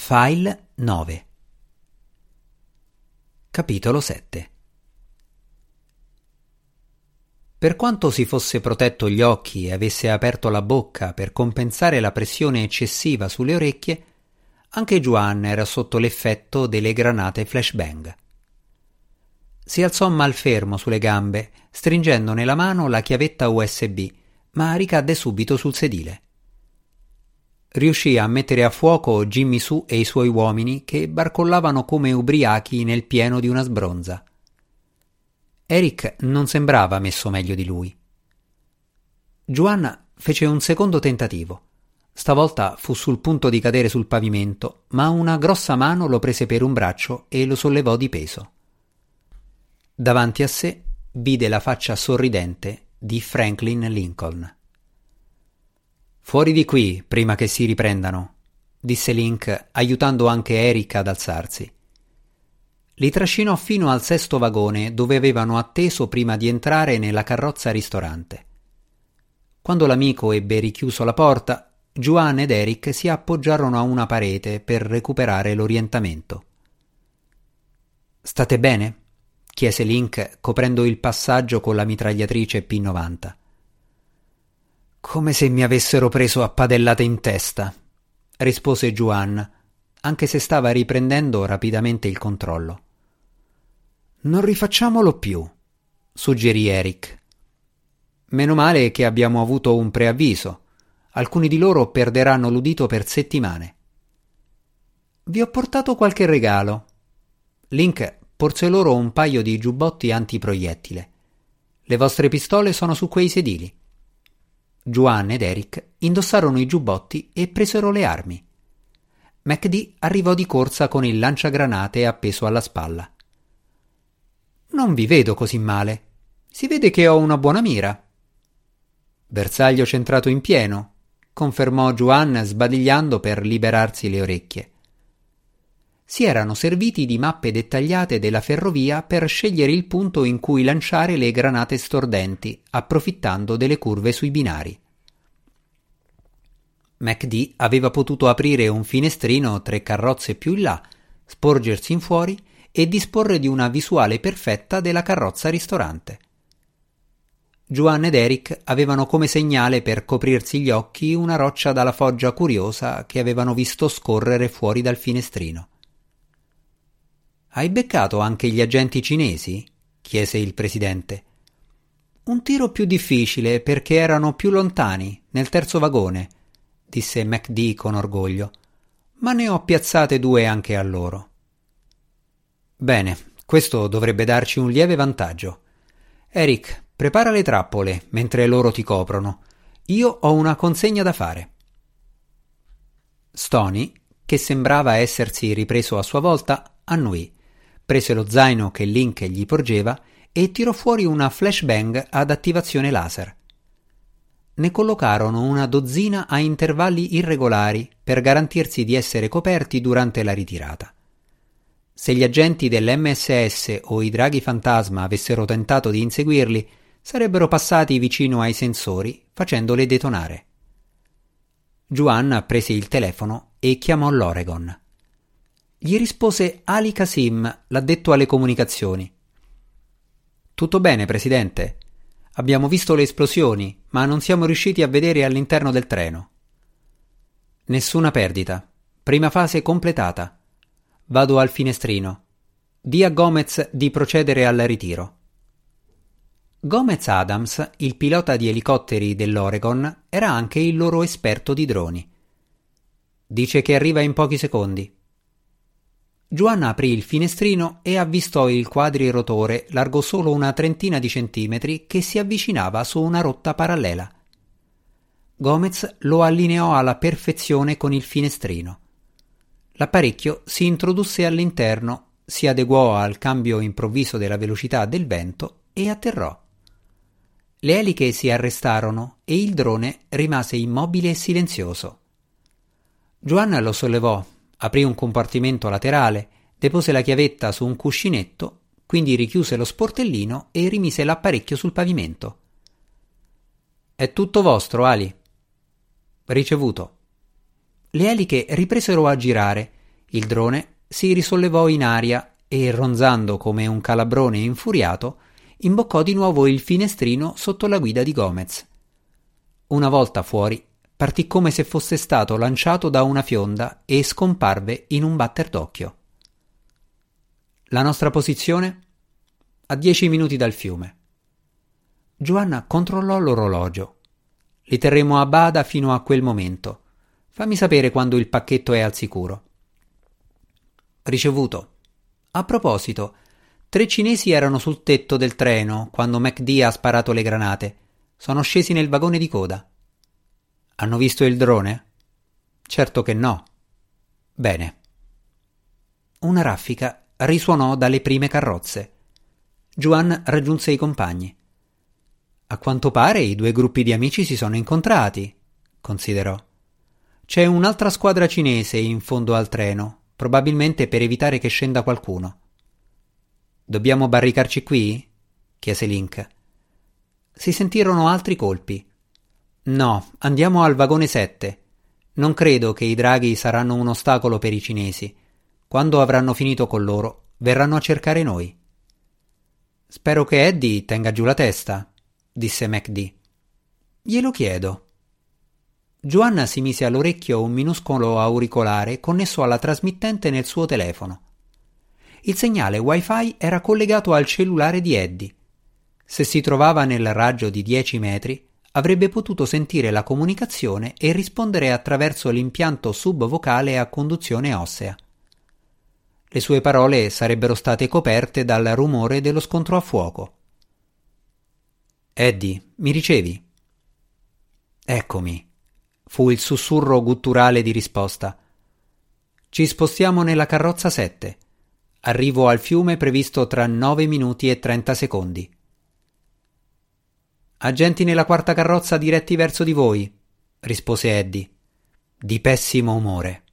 File 9. Capitolo 7. Per quanto si fosse protetto gli occhi e avesse aperto la bocca per compensare la pressione eccessiva sulle orecchie, anche Juan era sotto l'effetto delle granate flashbang. Si alzò malfermo sulle gambe, stringendo nella mano la chiavetta USB, ma ricadde subito sul sedile. Riuscì a mettere a fuoco Jimmy Sue e i suoi uomini che barcollavano come ubriachi nel pieno di una sbronza. Eric non sembrava messo meglio di lui. Juan fece un secondo tentativo. Stavolta fu sul punto di cadere sul pavimento, ma una grossa mano lo prese per un braccio e lo sollevò di peso. Davanti a sé vide la faccia sorridente di Franklin Lincoln. «Fuori di qui, prima che si riprendano», disse Link, aiutando anche Eric ad alzarsi. Li trascinò fino al sesto vagone, dove avevano atteso prima di entrare nella carrozza ristorante. Quando l'amico ebbe richiuso la porta, Juan ed Eric si appoggiarono a una parete per recuperare l'orientamento. «State bene?» chiese Link, coprendo il passaggio con la mitragliatrice P90. «Come se mi avessero preso a padellate in testa», rispose Juan, anche se stava riprendendo rapidamente il controllo. «Non rifacciamolo più», suggerì Eric. «Meno male che abbiamo avuto un preavviso. Alcuni di loro perderanno l'udito per settimane». «Vi ho portato qualche regalo». Link porse loro un paio di giubbotti antiproiettile. «Le vostre pistole sono su quei sedili». Juan ed Eric indossarono i giubbotti e presero le armi. MacD arrivò di corsa con il lanciagranate appeso alla spalla. «Non vi vedo così male. Si vede che ho una buona mira». «Bersaglio centrato in pieno», confermò Juan sbadigliando per liberarsi le orecchie. Si erano serviti di mappe dettagliate della ferrovia per scegliere il punto in cui lanciare le granate stordenti, approfittando delle curve sui binari. MacD aveva potuto aprire un finestrino 3 carrozze più in là, sporgersi in fuori e disporre di una visuale perfetta della carrozza ristorante. Juan ed Eric avevano come segnale per coprirsi gli occhi una roccia dalla foggia curiosa che avevano visto scorrere fuori dal finestrino. «Hai beccato anche gli agenti cinesi?» chiese il presidente. «Un tiro più difficile perché erano più lontani, nel terzo vagone», disse MacD con orgoglio, «ma ne ho piazzate 2 anche a loro». «Bene, questo dovrebbe darci un lieve vantaggio. Eric, prepara le trappole mentre loro ti coprono. Io ho una consegna da fare». Stoney, che sembrava essersi ripreso a sua volta, annuì, prese lo zaino che Link gli porgeva e tirò fuori una flashbang ad attivazione laser. Ne collocarono una dozzina a intervalli irregolari per garantirsi di essere coperti durante la ritirata. Se gli agenti dell'MSS o i draghi fantasma avessero tentato di inseguirli, sarebbero passati vicino ai sensori facendole detonare. Juan prese il telefono e chiamò l'Oregon. Gli rispose Ali Qasim, l'addetto alle comunicazioni. «Tutto bene, presidente. Abbiamo visto le esplosioni, ma non siamo riusciti a vedere all'interno del treno». «Nessuna perdita. Prima fase completata. Vado al finestrino. Dì a Gomez di procedere al ritiro». Gomez Adams, il pilota di elicotteri dell'Oregon, era anche il loro esperto di droni. «Dice che arriva in pochi secondi». Juan aprì il finestrino e avvistò il quadrirotore largo solo una trentina di centimetri che si avvicinava su una rotta parallela. Gomez lo allineò alla perfezione con il finestrino. L'apparecchio si introdusse all'interno, si adeguò al cambio improvviso della velocità del vento e atterrò. Le eliche si arrestarono e il drone rimase immobile e silenzioso. Juan lo sollevò, aprì un compartimento laterale, depose la chiavetta su un cuscinetto, quindi richiuse lo sportellino e rimise l'apparecchio sul pavimento. «È tutto vostro, Ali». «Ricevuto». Le eliche ripresero a girare Il drone si risollevò in aria e, ronzando come un calabrone infuriato, imboccò di nuovo il finestrino sotto la guida di Gomez. Una volta fuori, partì come se fosse stato lanciato da una fionda e scomparve in un batter d'occhio. La nostra posizione? A 10 minuti dal fiume. Giovanna controllò l'orologio. Li terremo a bada fino a quel momento. Fammi sapere quando il pacchetto è al sicuro. Ricevuto. A proposito, 3 cinesi erano sul tetto del treno quando MacD ha sparato le granate. Sono scesi nel vagone di coda. Hanno visto il drone? Certo che no. Bene. Una raffica risuonò dalle prime carrozze. Juan raggiunse i compagni. A quanto pare i 2 gruppi di amici si sono incontrati, considerò. C'è un'altra squadra cinese in fondo al treno, probabilmente per evitare che scenda qualcuno. Dobbiamo barricarci qui? Chiese Link. Si sentirono altri colpi. No, andiamo al vagone 7. Non credo che i draghi saranno un ostacolo per i cinesi. Quando avranno finito con loro, verranno a cercare noi. Spero che Eddie tenga giù la testa, disse MacD. Glielo chiedo. Joanna si mise all'orecchio un minuscolo auricolare connesso alla trasmittente nel suo telefono. Il segnale Wi-Fi era collegato al cellulare di Eddie. Se si trovava nel raggio di 10 metri, avrebbe potuto sentire la comunicazione e rispondere attraverso l'impianto subvocale a conduzione ossea. Le sue parole sarebbero state coperte dal rumore dello scontro a fuoco. Eddie, mi ricevi? Eccomi, fu il sussurro gutturale di risposta. Ci spostiamo nella carrozza 7. Arrivo al fiume previsto tra 9 minuti e 30 secondi. Agenti nella 4ª carrozza diretti verso di voi, rispose Eddie, di pessimo umore.